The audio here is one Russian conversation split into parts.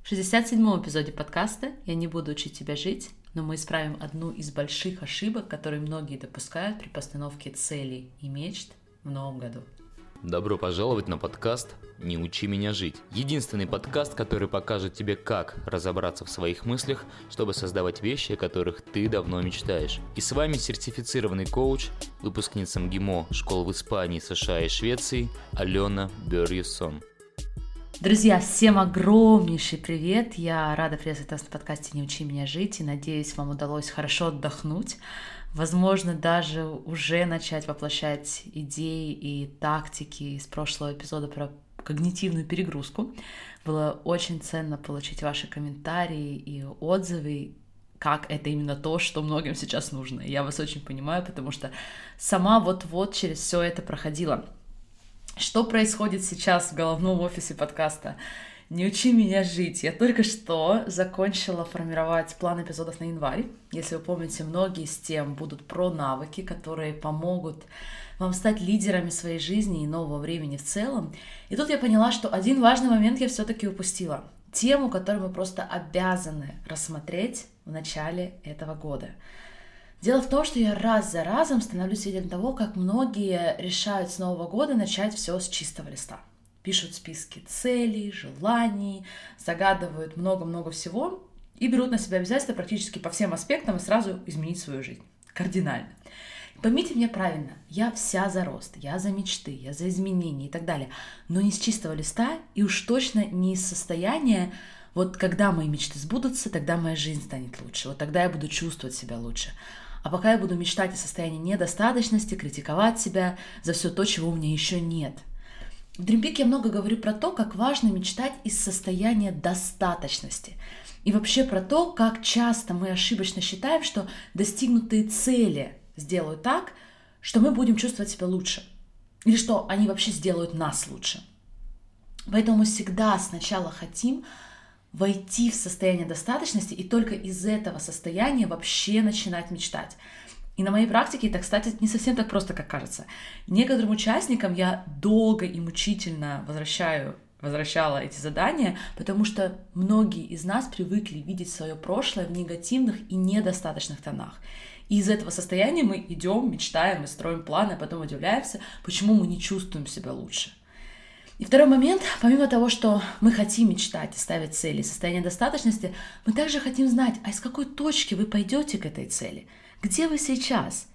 В 67-м эпизоде подкаста «Я не буду учить тебя жить», но мы исправим одну из больших ошибок, которые многие допускают при постановке целей и мечт в новом году. Добро пожаловать на подкаст «Не учи меня жить». Единственный подкаст, который покажет тебе, как разобраться в своих мыслях, чтобы создавать вещи, о которых ты давно мечтаешь. И с вами сертифицированный коуч, выпускница МГИМО школ в Испании, США и Швеции Алена Бёрьесон. Друзья, всем огромнейший привет! Я рада приветствовать вас на подкасте «Не учи меня жить» и надеюсь, вам удалось хорошо отдохнуть. Возможно, даже уже начать воплощать идеи и тактики из прошлого эпизода про когнитивную перегрузку. Было очень ценно получить ваши комментарии и отзывы, как это именно то, что многим сейчас нужно. Я вас очень понимаю, потому что сама вот-вот через все это проходила. Что происходит сейчас в головном офисе подкаста «Не учи меня жить». Я только что закончила формировать план эпизодов на январь. Если вы помните, многие из тем будут про навыки, которые помогут вам стать лидерами своей жизни и нового времени в целом. И тут я поняла, что один важный момент я все-таки упустила. Тему, которую мы просто обязаны рассмотреть в начале этого года. Дело в том, что я раз за разом становлюсь свидетелем того, как многие решают с Нового года начать все с чистого листа. Пишут списки целей, желаний, загадывают много-много всего и берут на себя обязательства практически по всем аспектам и сразу изменить свою жизнь. Кардинально. Поймите меня правильно, я вся за рост, я за мечты, я за изменения и так далее, но не с чистого листа и уж точно не из состояния вот когда мои мечты сбудутся, тогда моя жизнь станет лучше, вот тогда я буду чувствовать себя лучше. А пока я буду мечтать о состоянии недостаточности, критиковать себя за все то, чего у меня еще нет. В Dream Peak я много говорю про то, как важно мечтать из состояния достаточности. И вообще про то, как часто мы ошибочно считаем, что достигнутые цели сделают так, что мы будем чувствовать себя лучше. Или что они вообще сделают нас лучше. Поэтому мы всегда сначала хотим войти в состояние достаточности и только из этого состояния вообще начинать мечтать. И на моей практике это, кстати, не совсем так просто, как кажется. Некоторым участникам я долго и мучительно возвращала эти задания, потому что многие из нас привыкли видеть свое прошлое в негативных и недостаточных тонах. И из этого состояния мы идем, мечтаем и строим планы, а потом удивляемся, почему мы не чувствуем себя лучше. И второй момент, помимо того, что мы хотим мечтать и ставить цели, состояние достаточности, мы также хотим знать, а из какой точки вы пойдете к этой цели? Где вы сейчас?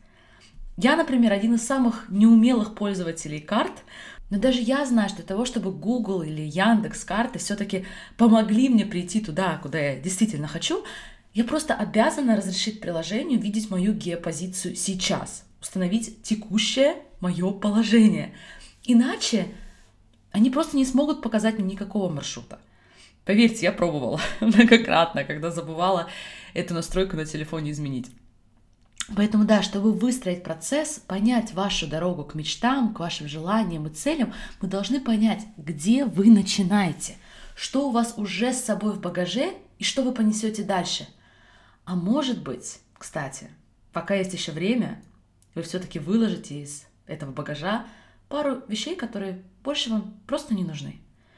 Я, например, один из самых неумелых пользователей карт, но даже я знаю, что для того, чтобы Google или Яндекс карты все-таки помогли мне прийти туда, куда я действительно хочу, я просто обязана разрешить приложению видеть мою геопозицию сейчас, установить текущее мое положение. Иначе они просто не смогут показать мне никакого маршрута. Поверьте, я пробовала многократно, когда забывала эту настройку на телефоне изменить. Поэтому да, чтобы выстроить процесс, понять вашу дорогу к мечтам, к вашим желаниям и целям, мы должны понять, где вы начинаете, что у вас уже с собой в багаже и что вы понесете дальше. А может быть, кстати, пока есть еще время, вы все-таки выложите из этого багажа пару вещей, которые больше вам просто не нужны.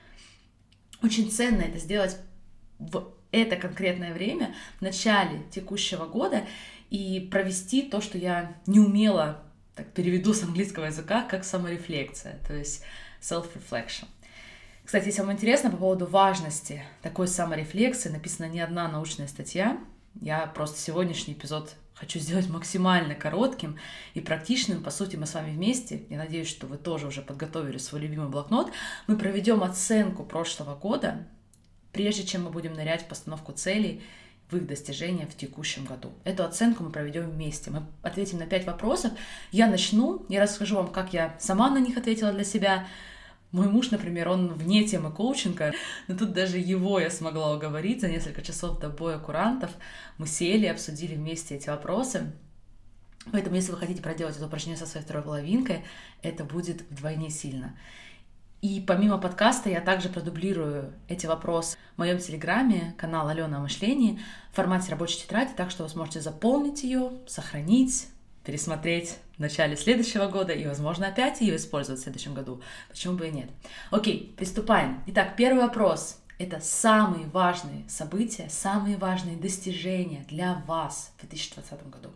Очень ценно это сделать в это конкретное время, в начале текущего года, и провести то, что я не умела, так переведу с английского языка, как саморефлексия, то есть self-reflection. Кстати, если вам интересно по поводу важности такой саморефлексии, написана не одна научная статья. Я просто сегодняшний эпизод хочу сделать максимально коротким и практичным. По сути, мы с вами вместе, я надеюсь, что вы тоже уже подготовили свой любимый блокнот, мы проведем оценку прошлого года, прежде чем мы будем нырять в постановку целей, в их достижения в текущем году. Эту оценку мы проведем вместе. Мы ответим на 5 вопросов. Я начну, я расскажу вам, как я сама на них ответила для себя. Мой муж, например, он вне темы коучинга, но тут даже его я смогла уговорить за несколько часов до боя курантов. Мы сели, обсудили вместе эти вопросы. Поэтому, если вы хотите проделать это упражнение со своей второй половинкой, это будет вдвойне сильно. И помимо подкаста я также продублирую эти вопросы в моем телеграме, канал Алена о мышлении, в формате рабочей тетради, так что вы сможете заполнить ее, сохранить, пересмотреть в начале следующего года и, возможно, опять ее использовать в следующем году. Почему бы и нет? Окей, приступаем. Итак, первый вопрос. это самые важные события, самые важные достижения для вас в 2020 году.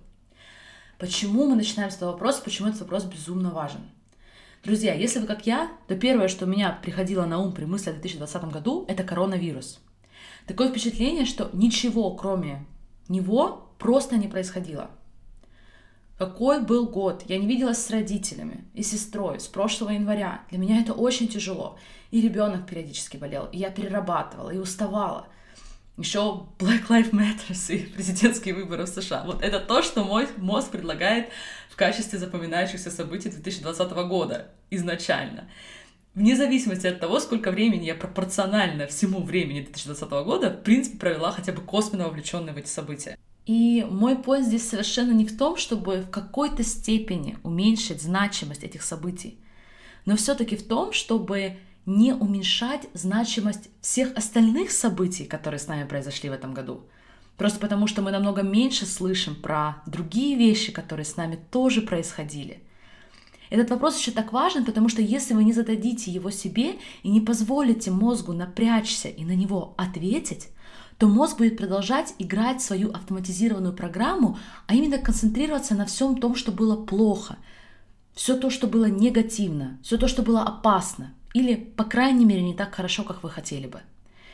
Почему мы начинаем с этого вопроса, почему этот вопрос безумно важен? Друзья, если вы как я, то первое, что у меня приходило на ум при мысли о 2020 году, это коронавирус. Такое впечатление, что ничего, кроме него, просто не происходило. Какой был год? Я не виделась с родителями и сестрой с прошлого января. Для меня это очень тяжело. И ребенок периодически болел, и я перерабатывала, и уставала. Еще Black Lives Matter и президентские выборы в США. Вот это то, что мой мозг предлагает в качестве запоминающихся событий 2020 года изначально. Вне зависимости от того, сколько времени я пропорционально всему времени 2020 года, в принципе, провела хотя бы косвенно вовлеченной в эти события. И мой поинт здесь совершенно не в том, чтобы в какой-то степени уменьшить значимость этих событий, но все-таки в том, чтобы не уменьшать значимость всех остальных событий, которые с нами произошли в этом году. Просто потому, что мы намного меньше слышим про другие вещи, которые с нами тоже происходили. Этот вопрос еще так важен, потому что если вы не зададите его себе и не позволите мозгу напрячься и на него ответить, то мозг будет продолжать играть свою автоматизированную программу, а именно концентрироваться на всем том, что было плохо, все то, что было негативно, все то, что было опасно, или, по крайней мере, не так хорошо, как вы хотели бы.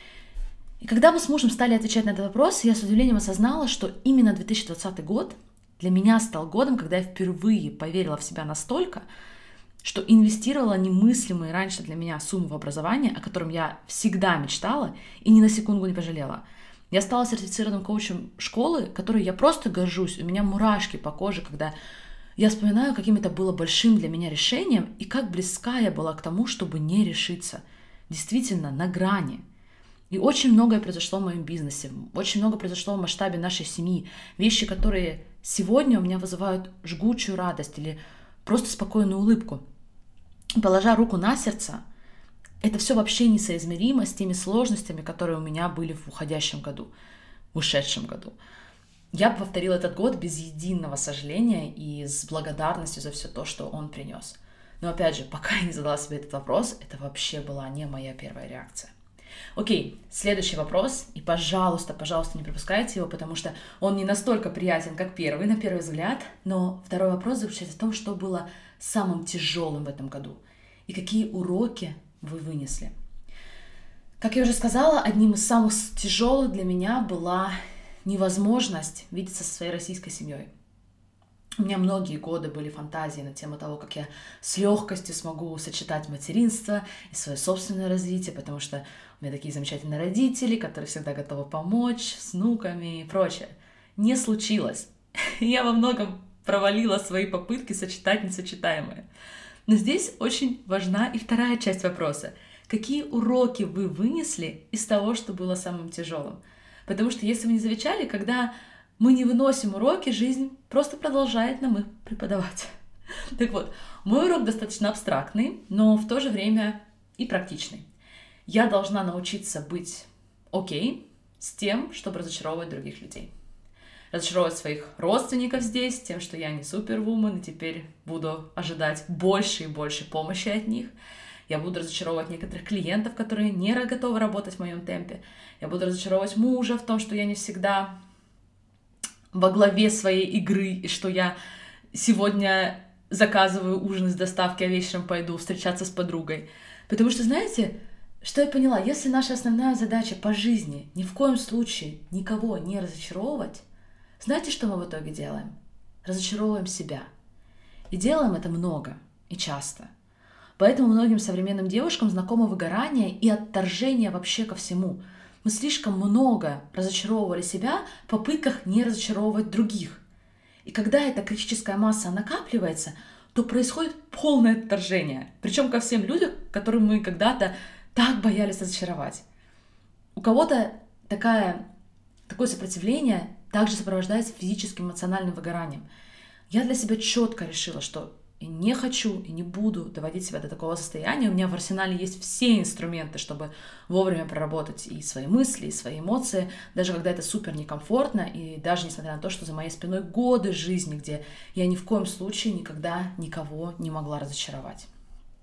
И когда мы с мужем стали отвечать на этот вопрос, я с удивлением осознала, что именно 2020 год для меня стал годом, когда я впервые поверила в себя настолько, что инвестировала немыслимые раньше для меня суммы в образование, о котором я всегда мечтала и ни на секунду не пожалела. Я стала сертифицированным коучем школы, которой я просто горжусь. У меня мурашки по коже, когда я вспоминаю, каким это было большим для меня решением и как близка я была к тому, чтобы не решиться. Действительно, на грани. И очень многое произошло в моем бизнесе, очень много произошло в масштабе нашей семьи. Вещи, которые сегодня у меня вызывают жгучую радость или просто спокойную улыбку. Положа руку на сердце, это все вообще несоизмеримо с теми сложностями, которые у меня были в ушедшем году. Я бы повторила этот год без единого сожаления и с благодарностью за все то, что он принес. Но опять же, пока я не задала себе этот вопрос, это вообще была не моя первая реакция. Окей, следующий вопрос, и пожалуйста, не пропускайте его, потому что он не настолько приятен, как первый, на первый взгляд, но второй вопрос заключается в том, что было самым тяжелым в этом году и какие уроки вы вынесли. Как я уже сказала, одним из самых тяжелых для меня была невозможность видеться со своей российской семьей. У меня многие годы были фантазии на тему того, как я с легкостью смогу сочетать материнство и свое собственное развитие, потому что у меня такие замечательные родители, которые всегда готовы помочь с внуками и прочее. Не случилось. Я во многом провалила свои попытки сочетать несочетаемое. Но здесь очень важна и вторая часть вопроса. Какие уроки вы вынесли из того, что было самым тяжелым? Потому что, если вы не замечали, когда мы не выносим уроки, жизнь просто продолжает нам их преподавать. Так вот, мой урок достаточно абстрактный, но в то же время и практичный. Я должна научиться быть окей с тем, чтобы разочаровывать других людей. Разочаровывать своих родственников здесь, тем, что я не супервумен, и теперь буду ожидать больше и больше помощи от них. Я буду разочаровывать некоторых клиентов, которые не готовы работать в моем темпе. Я буду разочаровывать мужа в том, что я не всегда во главе своей игры, и что я сегодня заказываю ужин из доставки, а вечером пойду встречаться с подругой. Потому что, знаете, что я поняла? Если наша основная задача по жизни ни в коем случае никого не разочаровывать, знаете, что мы в итоге делаем? Разочаровываем себя. И делаем это много и часто. Поэтому многим современным девушкам знакомо выгорание и отторжение вообще ко всему. Мы слишком много разочаровывали себя в попытках не разочаровывать других. И когда эта критическая масса накапливается, то происходит полное отторжение. Причем ко всем людям, которым мы когда-то так боялись разочаровать. У кого-то такое сопротивление также сопровождается физическим эмоциональным выгоранием. Я для себя четко решила, что и не хочу, и не буду доводить себя до такого состояния. У меня в арсенале есть все инструменты, чтобы вовремя проработать и свои мысли, и свои эмоции, даже когда это супер некомфортно, и даже несмотря на то, что за моей спиной годы жизни, где я ни в коем случае никогда никого не могла разочаровать.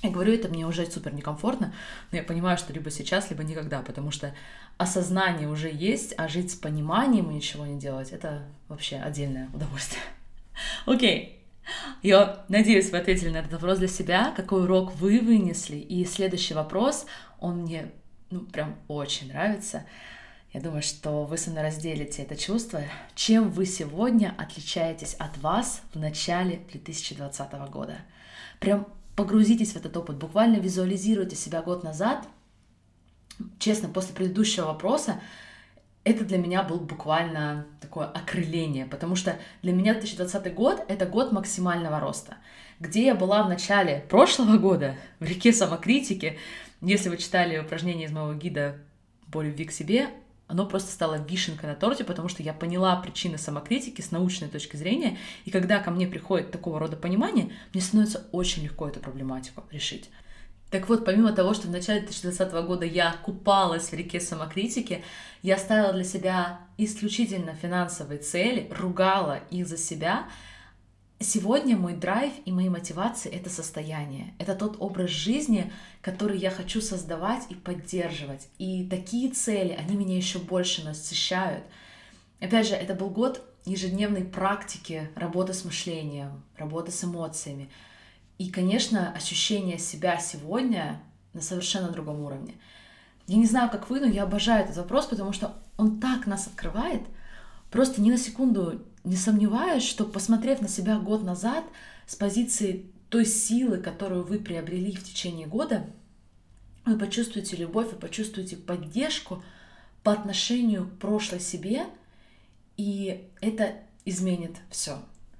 Я говорю, это мне уже супер некомфортно, но я понимаю, что либо сейчас, либо никогда, потому что осознание уже есть, а жить с пониманием и ничего не делать — это вообще отдельное удовольствие. Окей. Я надеюсь, вы ответили на этот вопрос для себя, какой урок вы вынесли. И следующий вопрос, он мне прям очень нравится. Я думаю, что вы со мной разделите это чувство. Чем вы сегодня отличаетесь от вас в начале 2020 года? Прям погрузитесь в этот опыт, буквально визуализируйте себя год назад. Честно, после предыдущего вопроса это для меня был буквально такое окрыление, потому что для меня 2020 год — это год максимального роста. Где я была в начале прошлого года, в реке самокритики, если вы читали упражнения из моего гида «По любви к себе», оно просто стало вишенкой на торте, потому что я поняла причины самокритики с научной точки зрения, и когда ко мне приходит такого рода понимание, мне становится очень легко эту проблематику решить. Так вот, помимо того, что в начале 2020 года я купалась в реке самокритики, я ставила для себя исключительно финансовые цели, ругала их за себя. Сегодня мой драйв и мои мотивации — это состояние, это тот образ жизни, который я хочу создавать и поддерживать. И такие цели, они меня еще больше насыщают. Опять же, это был год ежедневной практики, работы с мышлением, работы с эмоциями. И, конечно, ощущение себя сегодня на совершенно другом уровне. Я не знаю, как вы, но я обожаю этот вопрос, потому что он так нас открывает. Просто ни на секунду не сомневаюсь, что, посмотрев на себя год назад с позиции той силы, которую вы приобрели в течение года, вы почувствуете любовь, вы почувствуете поддержку по отношению к прошлой себе, и это изменит все.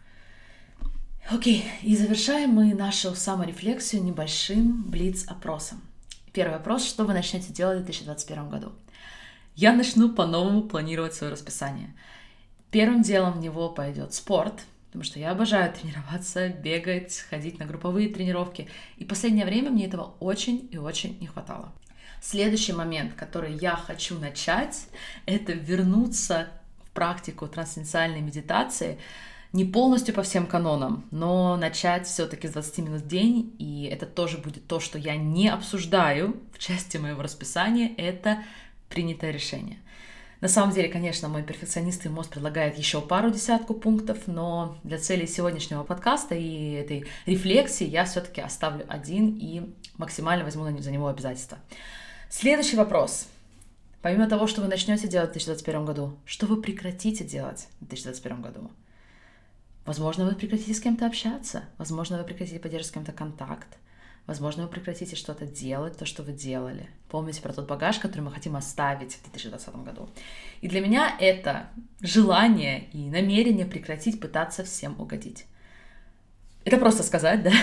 Окей, и завершаем мы нашу саморефлексию небольшим блиц-опросом. Первый вопрос: что вы начнете делать в 2021 году? Я начну по-новому планировать свое расписание. Первым делом в него пойдет спорт, потому что я обожаю тренироваться, бегать, ходить на групповые тренировки, и в последнее время мне этого очень и очень не хватало. Следующий момент, который я хочу начать, это вернуться в практику трансцендентальной медитации, не полностью по всем канонам, но начать все-таки с 20 минут в день, и это тоже будет то, что я не обсуждаю в части моего расписания, это принятое решение. На самом деле, конечно, мой перфекционистский мозг предлагает еще пару десятку пунктов, но для целей сегодняшнего подкаста и этой рефлексии я все-таки оставлю один и максимально возьму за него обязательства. Следующий вопрос. Помимо того, что вы начнете делать в 2021 году, что вы прекратите делать в 2021 году? Возможно, вы прекратите с кем-то общаться, возможно, вы прекратите поддерживать с кем-то контакт, возможно, вы прекратите что-то делать, то, что вы делали. Помните про тот багаж, который мы хотим оставить в 2020 году. И для меня это желание и намерение прекратить пытаться всем угодить. Это просто сказать, да?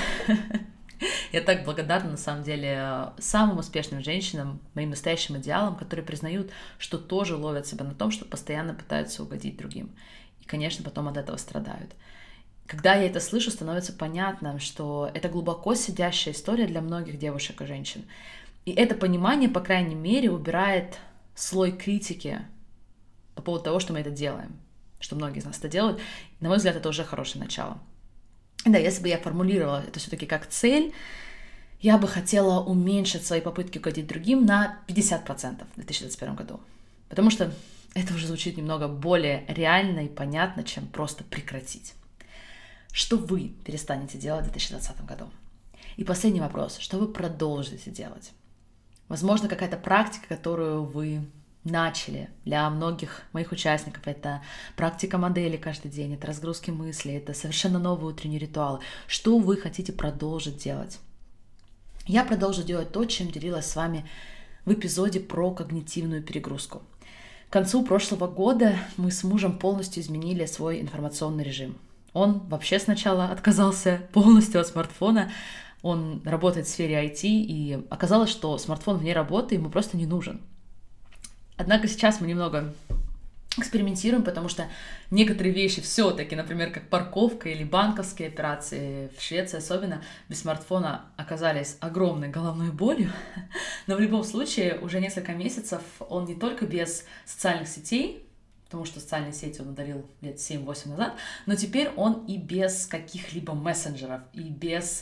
Я так благодарна, на самом деле, самым успешным женщинам, моим настоящим идеалам, которые признают, что тоже ловят себя на том, что постоянно пытаются угодить другим. И, конечно, потом от этого страдают. Когда я это слышу, становится понятно, что это глубоко сидящая история для многих девушек и женщин. И это понимание, по крайней мере, убирает слой критики по поводу того, что мы это делаем, что многие из нас это делают. На мой взгляд, это уже хорошее начало. Да, если бы я формулировала это все-таки как цель, я бы хотела уменьшить свои попытки угодить другим на 50% в 2021 году. Потому что это уже звучит немного более реально и понятно, чем просто прекратить. Что вы перестанете делать в 2020 году? И последний вопрос. Что вы продолжите делать? Возможно, какая-то практика, которую вы начали. Для многих моих участников это практика модели каждый день, это разгрузки мыслей, это совершенно новые утренние ритуалы. Что вы хотите продолжить делать? Я продолжу делать то, чем делилась с вами в эпизоде про когнитивную перегрузку. К концу прошлого года мы с мужем полностью изменили свой информационный режим. Он вообще сначала отказался полностью от смартфона. Он работает в сфере IT, и оказалось, что смартфон вне работы ему просто не нужен. Однако сейчас мы немного экспериментируем, потому что некоторые вещи все-таки, например, как парковка или банковские операции, в Швеции особенно, без смартфона оказались огромной головной болью. Но в любом случае уже несколько месяцев он не только без социальных сетей, потому что социальные сети он удалил лет 7-8 назад, но теперь он и без каких-либо мессенджеров, и без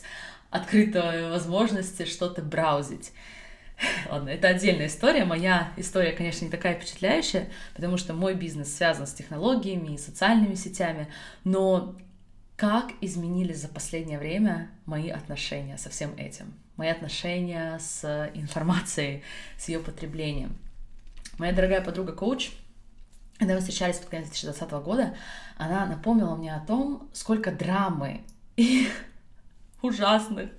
открытой возможности что-то браузить. Ладно, это отдельная история. Моя история, конечно, не такая впечатляющая, потому что мой бизнес связан с технологиями и социальными сетями, но как изменились за последнее время мои отношения со всем этим, мои отношения с информацией, с ее потреблением. Моя дорогая подруга-коуч, когда мы встречались под конец 2020 года, она напомнила мне о том, сколько драмы и ужасных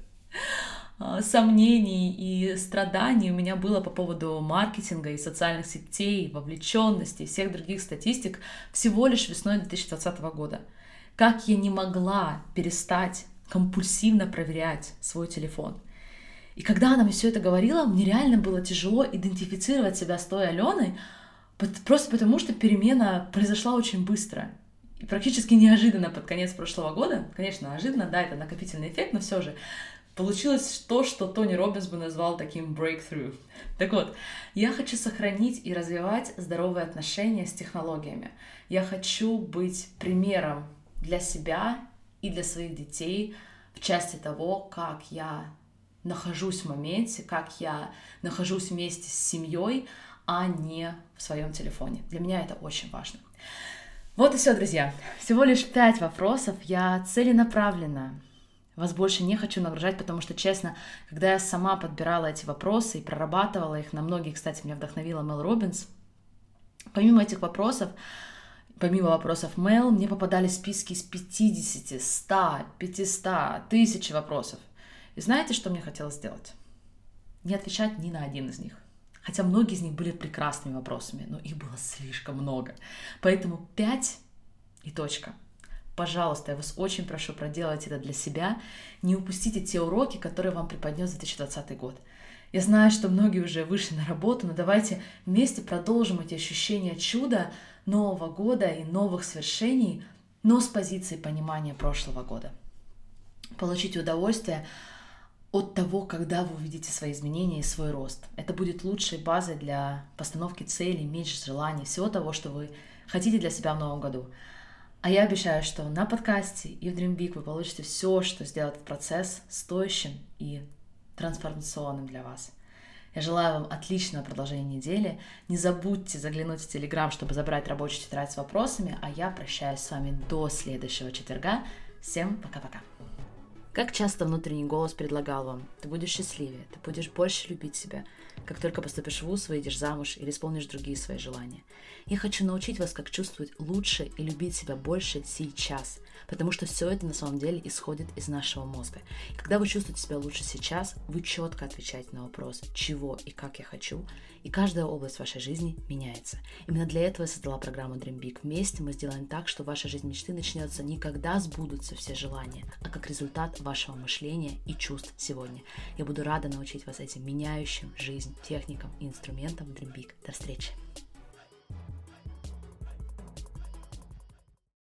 сомнений и страданий у меня было по поводу маркетинга и социальных сетей, вовлеченности и всех других статистик всего лишь весной 2020 года. Как я не могла перестать компульсивно проверять свой телефон. И когда она мне все это говорила, мне реально было тяжело идентифицировать себя с той Аленой, просто потому что перемена произошла очень быстро. И практически неожиданно под конец прошлого года. Конечно, неожиданно, да, это накопительный эффект, но все же получилось то, что Тони Роббинс бы назвал таким breakthrough. Так вот, я хочу сохранить и развивать здоровые отношения с технологиями. Я хочу быть примером для себя и для своих детей в части того, как я нахожусь в моменте, как я нахожусь вместе с семьей, а не в своем телефоне. Для меня это очень важно. Вот и все, друзья. Всего лишь 5 вопросов. Я целенаправленно вас больше не хочу нагружать, потому что, честно, когда я сама подбирала эти вопросы и прорабатывала их, на многие, кстати, меня вдохновила Мел Роббинс, помимо этих вопросов, помимо вопросов Мел, мне попадались списки из 50, 100, 500, 1000 вопросов. И знаете, что мне хотелось сделать? Не отвечать ни на один из них. Хотя многие из них были прекрасными вопросами, но их было слишком много. Поэтому 5 и точка. Пожалуйста, я вас очень прошу, проделать это для себя. Не упустите те уроки, которые вам преподнес 2020 год. Я знаю, что многие уже вышли на работу, но давайте вместе продолжим эти ощущения чуда Нового года и новых свершений, но с позиции понимания прошлого года. Получите удовольствие от того, когда вы увидите свои изменения и свой рост. Это будет лучшей базой для постановки целей, меньше желаний, всего того, что вы хотите для себя в новом году. А я обещаю, что на подкасте и в Dream Big вы получите все, что сделает этот процесс стоящим и трансформационным для вас. Я желаю вам отличного продолжения недели. Не забудьте заглянуть в Telegram, чтобы забрать рабочую тетрадь с вопросами, а я прощаюсь с вами до следующего четверга. Всем пока-пока. Как часто внутренний голос предлагал вам: ты будешь счастливее, ты будешь больше любить себя, как только поступишь в вуз, выйдешь замуж или исполнишь другие свои желания. Я хочу научить вас, как чувствовать лучше и любить себя больше сейчас, потому что все это на самом деле исходит из нашего мозга. И когда вы чувствуете себя лучше сейчас, вы четко отвечаете на вопрос, чего и как я хочу, и каждая область вашей жизни меняется. Именно для этого я создала программу Dream Big. Вместе мы сделаем так, что ваша жизнь мечты начнется не когда сбудутся все желания, а как результат вашего мышления и чувств сегодня. Я буду рада научить вас этим меняющим жизнь техникам и инструментам Dream Big. До встречи!